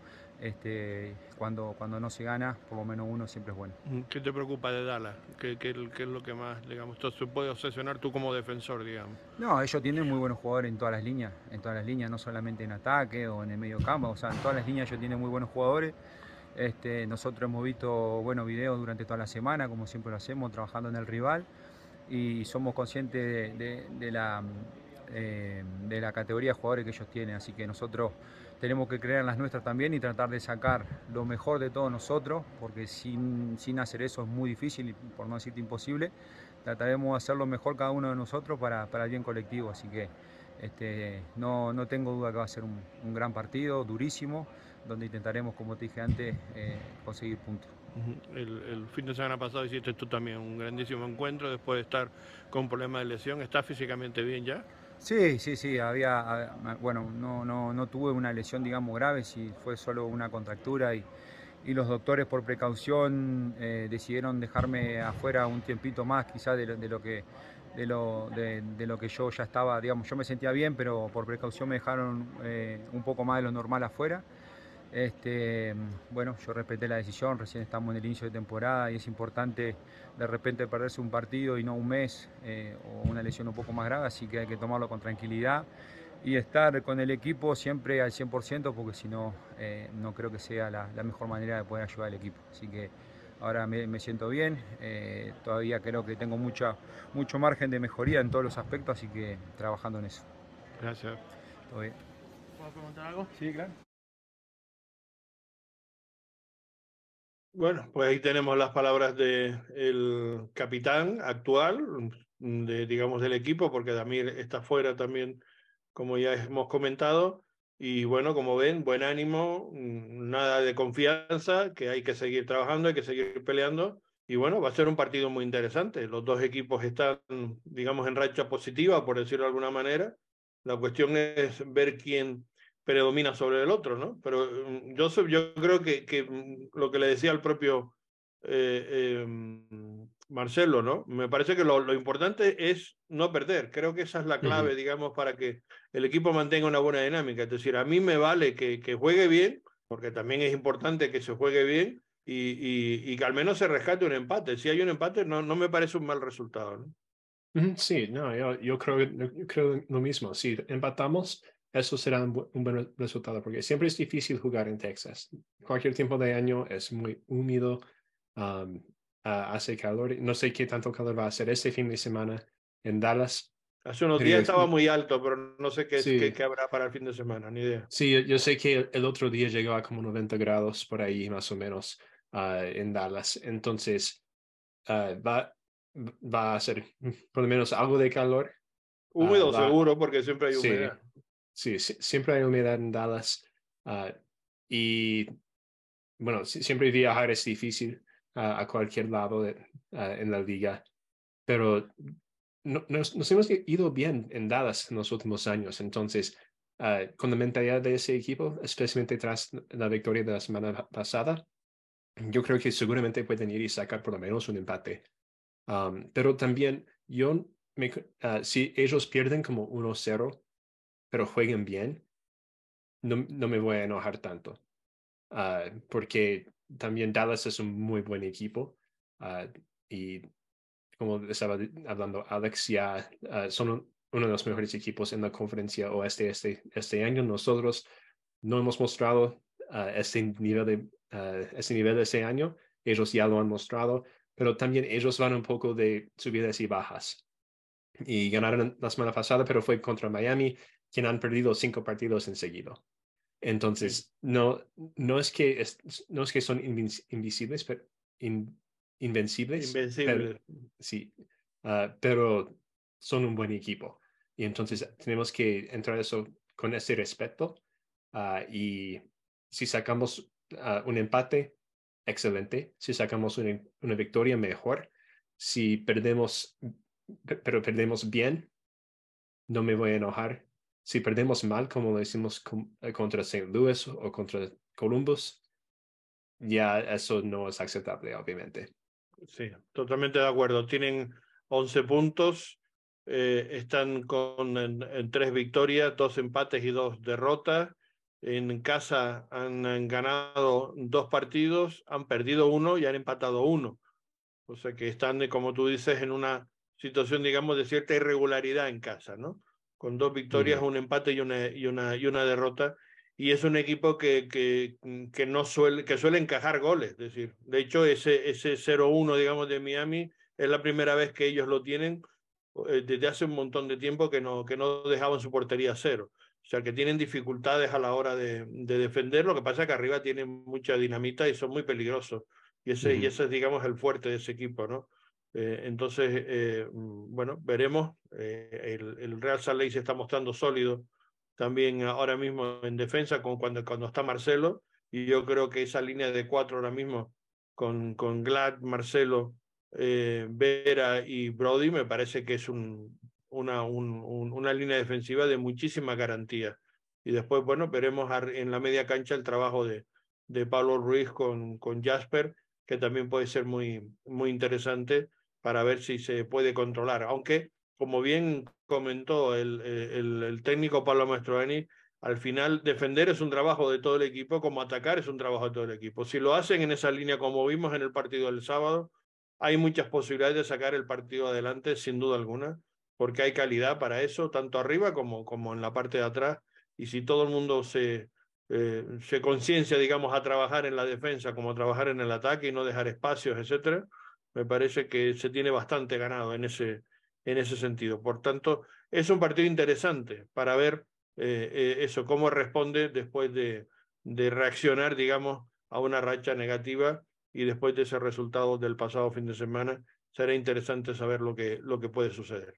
Este, cuando, cuando no se gana, por lo menos uno siempre es bueno. ¿Qué te preocupa de Dallas? ¿Qué, qué, qué es lo que más, digamos, esto se puede obsesionar tú como defensor, digamos? No, ellos tienen muy buenos jugadores en todas las líneas, en todas las líneas, no solamente en ataque o en el medio campo, o sea, en todas las líneas ellos tienen muy buenos jugadores. Este, nosotros hemos visto buenos videos durante toda la semana, como siempre lo hacemos, trabajando en el rival, y somos conscientes de, de, de, la, eh, de la categoría de jugadores que ellos tienen, así que nosotros tenemos que creer en las nuestras también y tratar de sacar lo mejor de todos nosotros, porque sin, sin hacer eso es muy difícil, por no decirte imposible. Trataremos de hacer lo mejor cada uno de nosotros para, para el bien colectivo, así que este, no, no tengo duda que va a ser un, un gran partido, durísimo, donde intentaremos, como te dije antes, eh, conseguir puntos. El, el fin de semana pasado hiciste tú también un grandísimo encuentro después de estar con problemas de lesión. ¿Estás físicamente bien ya? Sí, sí, sí, había, bueno, no, no, no tuve una lesión, digamos, grave, sí fue solo una contractura y, y los doctores por precaución eh, decidieron dejarme afuera un tiempito más, quizás de, de lo que de lo, de, de lo que yo ya estaba, digamos, yo me sentía bien, pero por precaución me dejaron eh, un poco más de lo normal afuera. Este, bueno, yo respeté la decisión, recién estamos en el inicio de temporada y es importante de repente perderse un partido y no un mes eh, o una lesión un poco más grave, así que hay que tomarlo con tranquilidad y estar con el equipo siempre al cien por ciento, porque si no, eh, no creo que sea la, la mejor manera de poder ayudar al equipo. Así que ahora me, me siento bien, eh, todavía creo que tengo mucha, mucho margen de mejoría en todos los aspectos, así que trabajando en eso. Gracias. Todo bien. ¿Puedo preguntar algo? Sí, claro. Bueno, pues ahí tenemos las palabras del capitán actual, de, digamos, del equipo, porque Damir está fuera también, como ya hemos comentado. Y bueno, como ven, buen ánimo, nada de confianza, que hay que seguir trabajando, hay que seguir peleando. Y bueno, va a ser un partido muy interesante. Los dos equipos están, digamos, en racha positiva, por decirlo de alguna manera. La cuestión es ver quién predomina sobre el otro, ¿no? Pero yo, yo creo que, que lo que le decía al propio eh, eh, Marcelo, ¿no? Me parece que lo, lo importante es no perder. Creo que esa es la clave, uh-huh. digamos, para que el equipo mantenga una buena dinámica. Es decir, a mí me vale que, que juegue bien, porque también es importante que se juegue bien y, y, y que al menos se rescate un empate. Si hay un empate, no, no me parece un mal resultado, ¿no? Sí, no, yo, yo, creo, yo creo lo mismo. Si empatamos, eso será un, bu un buen resultado, porque siempre es difícil jugar en Texas. Cualquier tiempo de año es muy húmedo, um, uh, hace calor. No sé qué tanto calor va a hacer este fin de semana en Dallas. Hace unos Pero días yo, estaba muy alto, pero no sé qué, qué, sí, qué habrá para el fin de semana, ni idea. sí, yo, yo sé que el, el otro día llegó a como noventa grados por ahí, más o menos, uh, en Dallas. Entonces, uh, va, va a ser por lo menos algo de calor. Uh, Húmedo va, seguro, porque siempre hay sí, humedad. sí, sí, siempre hay humedad en Dallas. Uh, y bueno, sí, siempre viajar es difícil uh, a cualquier lado de, uh, en la liga, pero no, nos, nos hemos ido bien en Dallas en los últimos años. Entonces, uh, con la mentalidad de ese equipo, especialmente tras la victoria de la semana pasada, yo creo que seguramente pueden ir y sacar por lo menos un empate. Um, pero también yo, me, uh, si ellos pierden como uno cero, pero jueguen bien, no, no me voy a enojar tanto. Uh, porque también Dallas es un muy buen equipo. Uh, y como estaba hablando Alex, ya uh, son un, uno de los mejores equipos en la conferencia oeste este, este año. Nosotros no hemos mostrado uh, este, nivel de, uh, este nivel de este año. Ellos ya lo han mostrado, pero también ellos van un poco de subidas y bajas. Y ganaron la semana pasada, pero fue contra Miami, quien han perdido cinco partidos en seguido. Sí. Entonces, no, no, es que es, no es que son invisibles, pero in, invencibles, pero Invencible. sí, uh, pero son un buen equipo. Y entonces tenemos que entrar eso con ese respeto. Uh, y si sacamos uh, un empate, excelente. Si sacamos una, una victoria, mejor. Si perdemos, pero perdemos bien, no me voy a enojar. Si perdemos mal, como lo hicimos con, eh, contra Saint Louis o contra Columbus, ya eso no es aceptable, obviamente. Sí, totalmente de acuerdo. Tienen once puntos, eh, están con en, en tres victorias, dos empates y dos derrotas. En casa han, han ganado dos partidos, han perdido uno y han empatado uno. O sea que están, eh, como tú dices, en una situación, digamos, de cierta irregularidad en casa, ¿no? Con dos victorias, Ujú. un empate y una, y una, y una derrota. Y es un equipo que, que, que, no suele, que suele encajar goles. Es decir, de hecho, ese, ese cero uno, digamos, de Miami es la primera vez que ellos lo tienen eh, desde hace un montón de tiempo que no, que no dejaban su portería a cero. O sea, que tienen dificultades a la hora de, de defender. Lo que pasa es que arriba tienen mucha dinamita y son muy peligrosos. Y ese, y Ujú. ese es, digamos, el fuerte de ese equipo, ¿no? Eh, entonces, eh, bueno, veremos. Eh, el, el Real Salt Lake se está mostrando sólido también ahora mismo en defensa con cuando, cuando está Marcelo. Y yo creo que esa línea de cuatro ahora mismo con, con Glad, Marcelo, eh, Vera y Brody me parece que es un, una, un, un, una línea defensiva de muchísima garantía. Y después, bueno, veremos en la media cancha el trabajo de, de Pablo Ruiz con, con Jasper, que también puede ser muy, muy interesante para ver si se puede controlar. Aunque, como bien comentó el, el, el técnico Pablo Mastroeni, al final defender es un trabajo de todo el equipo, como atacar es un trabajo de todo el equipo. Si lo hacen en esa línea, como vimos en el partido del sábado, hay muchas posibilidades de sacar el partido adelante, sin duda alguna, porque hay calidad para eso, tanto arriba como, como en la parte de atrás. Y si todo el mundo se, eh, se conciencia, digamos, a trabajar en la defensa como a trabajar en el ataque y no dejar espacios, etcétera, me parece que se tiene bastante ganado en ese, en ese sentido. Por tanto, es un partido interesante para ver eh, eh, eso, cómo responde después de, de reaccionar, digamos, a una racha negativa y después de ese resultado del pasado fin de semana, será interesante saber lo que, lo que puede suceder.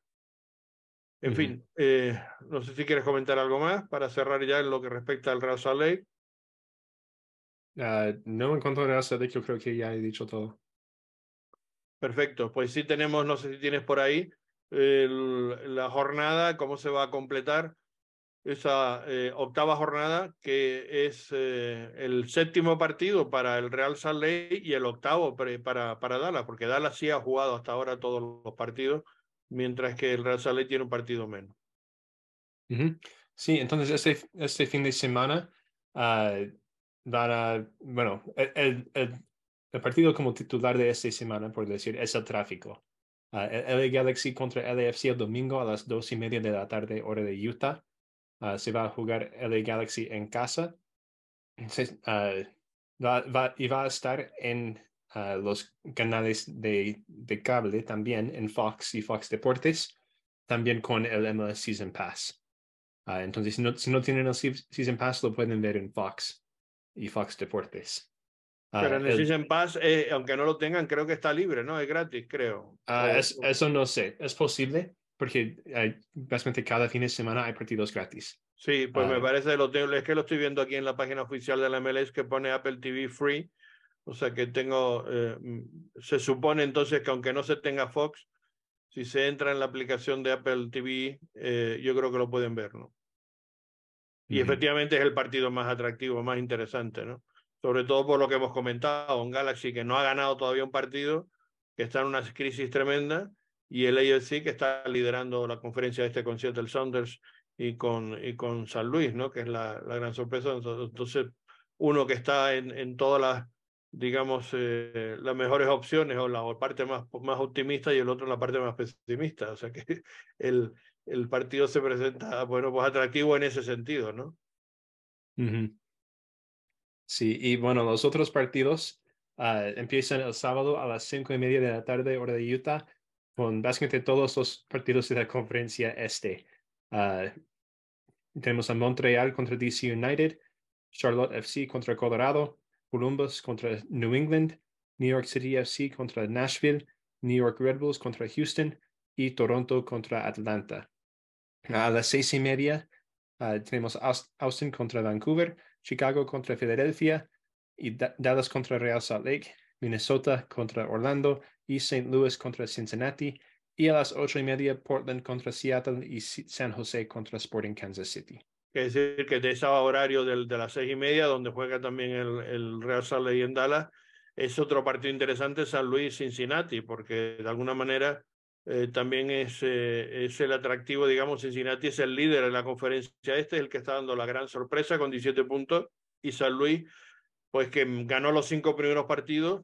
En Ujú. fin, eh, no sé si quieres comentar algo más para cerrar ya en lo que respecta al Real Salt Lake. Uh, no, en cuanto a Real Salt Lake, yo creo que ya he dicho todo. Perfecto, pues sí tenemos, no sé si tienes por ahí el, la jornada, cómo se va a completar esa eh, octava jornada, que es eh, el séptimo partido para el Real Salt Lake y el octavo para, para Dallas, porque Dallas sí ha jugado hasta ahora todos los partidos, mientras que el Real Salt Lake tiene un partido menos. Ujú. Sí, entonces este, este fin de semana uh, van a, bueno, el, el, el, el partido como titular de esta semana, por decir, es el tráfico. Uh, el L A Galaxy contra L A F C el domingo a las dos y media de la tarde, hora de Utah. Uh, se va a jugar L A Galaxy en casa. Se, uh, va, va, y va a estar en uh, los canales de, de cable también, en Fox y Fox Deportes, también con el M L S Season Pass. Uh, entonces, si no, si no tienen el Season Pass, lo pueden ver en Fox y Fox Deportes. Uh, Pero en el el, Season Pass, eh, aunque no lo tengan, creo que está libre, ¿no? Es gratis, creo. uh, O, es, o... Eso no sé, es posible, porque uh, básicamente cada fin de semana hay partidos gratis. Sí, pues Uh, me parece, lo tengo, es que lo estoy viendo aquí en la página oficial de la M L S que pone Apple T V Free. O sea que tengo, eh, se supone entonces que aunque no se tenga Fox, si se entra en la aplicación de Apple T V, eh, yo creo que lo pueden ver, ¿no? Y uh-huh. efectivamente es el partido más atractivo, más interesante, ¿no? Sobre todo por lo que hemos comentado, un Galaxy que no ha ganado todavía un partido, que está en una crisis tremenda, y el A F C que está liderando la conferencia este con Seattle Sounders y con, y con San Luis, ¿no? Que es la, la gran sorpresa. Entonces, uno que está en, en todas las, digamos, eh, las mejores opciones o la parte más, más optimista y el otro en la parte más pesimista. O sea que el, el partido se presenta, bueno, pues atractivo en ese sentido, ¿no? Uh-huh. Sí, y bueno, los otros partidos uh, empiezan el sábado a las cinco y media de la tarde, hora de Utah, con básicamente todos los partidos de la conferencia este. Uh, tenemos a Montreal contra D C United, Charlotte F C contra Colorado, Columbus contra New England, New York City F C contra Nashville, New York Red Bulls contra Houston y Toronto contra Atlanta. A las seis y media uh, tenemos Austin contra Vancouver, Chicago contra Filadelfia y D Dallas contra Real Salt Lake, Minnesota contra Orlando y Saint Louis contra Cincinnati. Y a las ocho y media Portland contra Seattle y San Jose contra Sporting Kansas City. Es decir, que de ese horario del, de las seis y media, donde juega también el, el Real Salt Lake en Dallas, es otro partido interesante, San Luis-Cincinnati, porque de alguna manera eh, también es, eh, es el atractivo, digamos, Cincinnati es el líder en la conferencia este, el que está dando la gran sorpresa con diecisiete puntos, y San Luis, pues que ganó los cinco primeros partidos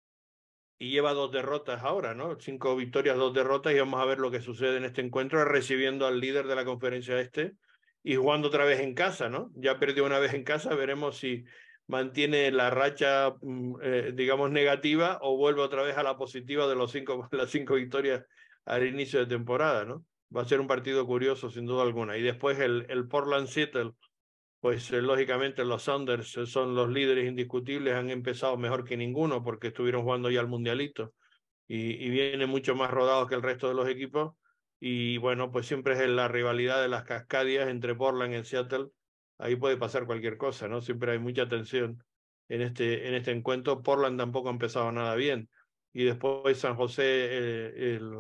y lleva dos derrotas ahora, ¿no? Cinco victorias, dos derrotas, y vamos a ver lo que sucede en este encuentro, recibiendo al líder de la conferencia este y jugando otra vez en casa, ¿no? Ya perdió una vez en casa, veremos si mantiene la racha, eh, digamos, negativa o vuelve otra vez a la positiva de los cinco, las cinco victorias al inicio de temporada, ¿no? Va a ser un partido curioso, sin duda alguna. Y después el, el Portland Seattle, pues eh, lógicamente los Sounders son los líderes indiscutibles, han empezado mejor que ninguno porque estuvieron jugando ya al Mundialito y, y vienen mucho más rodados que el resto de los equipos. Y bueno, pues siempre es la rivalidad de las Cascadias entre Portland y Seattle. Ahí puede pasar cualquier cosa, ¿no? Siempre hay mucha tensión en este, en este encuentro. Portland tampoco ha empezado nada bien. Y después San José, eh, el,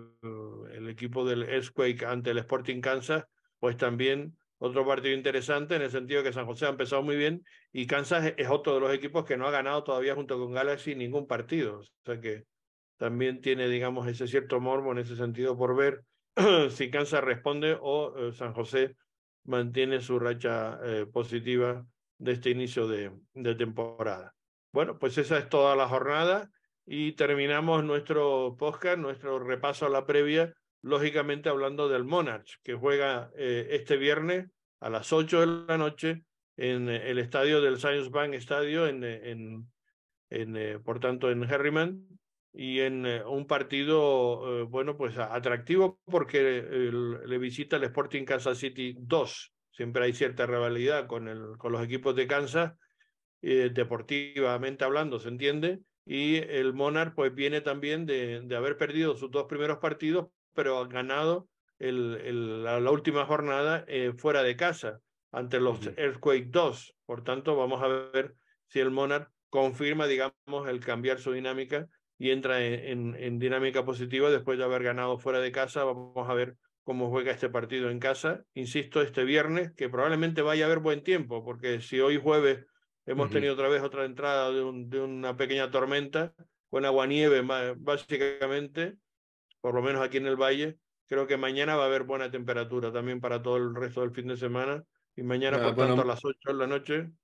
el, el equipo del Earthquake ante el Sporting Kansas, pues también otro partido interesante en el sentido de que San José ha empezado muy bien y Kansas es otro de los equipos que no ha ganado todavía junto con Galaxy ningún partido. O sea que también tiene, digamos, ese cierto morbo en ese sentido por ver si Kansas responde o eh, San José mantiene su racha eh, positiva de este inicio de, de temporada. Bueno, pues esa es toda la jornada y terminamos nuestro podcast, nuestro repaso a la previa, lógicamente hablando del Monarch, que juega eh, este viernes a las ocho de la noche en el estadio del Science Bank Stadium, en, en, en, eh, por tanto, en Herriman, y en eh, un partido, eh, bueno, pues atractivo porque el, le visita el Sporting Kansas City dos. Siempre hay cierta rivalidad con, el, con los equipos de Kansas, eh, deportivamente hablando, se entiende, y el Monarch pues viene también de, de haber perdido sus dos primeros partidos, pero ha ganado el, el, la, la última jornada eh, fuera de casa ante los uh-huh. Earthquake dos. Por tanto, vamos a ver si el Monarch confirma, digamos, el cambiar su dinámica y entra en, en, en dinámica positiva después de haber ganado fuera de casa. Vamos a ver cómo juega este partido en casa. Insisto, este viernes, que probablemente vaya a haber buen tiempo, porque si hoy jueves hemos uh-huh. tenido otra vez otra entrada de, un, de una pequeña tormenta con aguanieve, básicamente, por lo menos aquí en el valle. Creo que mañana va a haber buena temperatura también para todo el resto del fin de semana. Y mañana, uh, por bueno, tanto, a las ocho de la noche.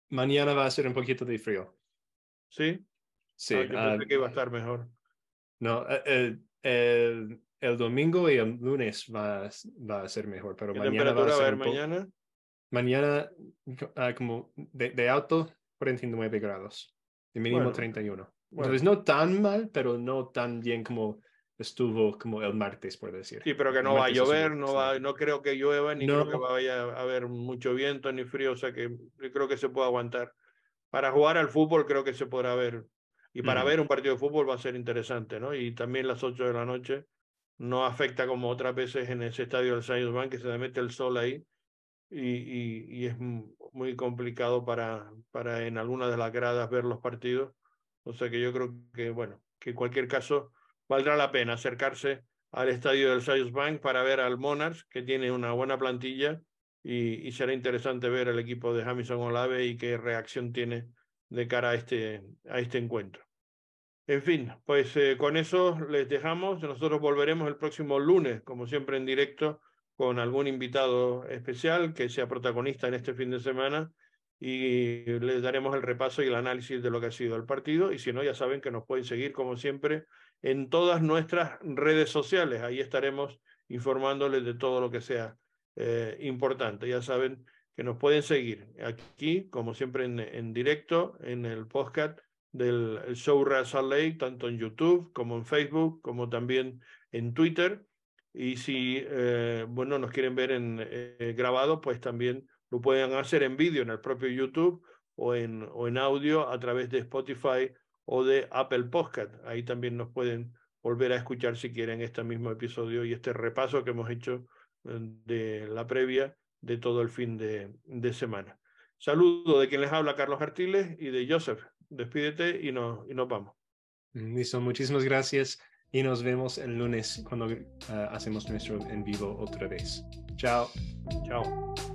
mañana va a ser un poquito de frío. ¿Sí? Sí. Ah, yo pensé uh, que iba a estar mejor. No, el, el, el domingo y el lunes va, va a ser mejor, pero ¿Qué mañana va a temperatura va a ser haber un poco... mañana? Mañana, uh, como de, de alto, cuarenta y nueve grados. De mínimo Bueno, treinta y uno. bueno. Entonces, no tan mal, pero no tan bien como estuvo como el martes, por decir. Sí, pero que El no va a martes estuvo llover, no, va, excelente. no creo que llueva, ni No. creo que vaya a haber mucho viento ni frío, o sea que yo creo que se puede aguantar. Para jugar al fútbol creo que se podrá ver. Y para Ujú. ver un partido de fútbol va a ser interesante, ¿no? Y también las ocho de la noche no afecta como otras veces en ese estadio del Saint Bank, que se le mete el sol ahí y, y, y es muy complicado para, para en algunas de las gradas ver los partidos. O sea que yo creo que, bueno, que en cualquier caso valdrá la pena acercarse al estadio del Saint Bank para ver al Monarchs, que tiene una buena plantilla, y, y será interesante ver al equipo de Jamison Olave y qué reacción tiene de cara a este, a este encuentro. En fin, pues eh, con eso les dejamos. Nosotros volveremos el próximo lunes, como siempre en directo, con algún invitado especial que sea protagonista en este fin de semana y les daremos el repaso y el análisis de lo que ha sido el partido. Y si no, ya saben que nos pueden seguir, como siempre, en todas nuestras redes sociales. Ahí estaremos informándoles de todo lo que sea eh, importante. Ya saben que nos pueden seguir aquí, como siempre, en, en directo, en el podcast del show Real Salt Lake, tanto en YouTube como en Facebook, como también en Twitter. Y si, eh, bueno, nos quieren ver en eh, grabado, pues también lo pueden hacer en vídeo en el propio YouTube o en, o en audio a través de Spotify o de Apple Podcast. Ahí también nos pueden volver a escuchar si quieren este mismo episodio y este repaso que hemos hecho de la previa de todo el fin de, de semana. Saludo de quien les habla, Carlos Artiles, y de Joseph. Despídete y nos, y nos vamos. Listo, muchísimas gracias y nos vemos el lunes cuando uh, hacemos nuestro en vivo otra vez. Chao. Chao.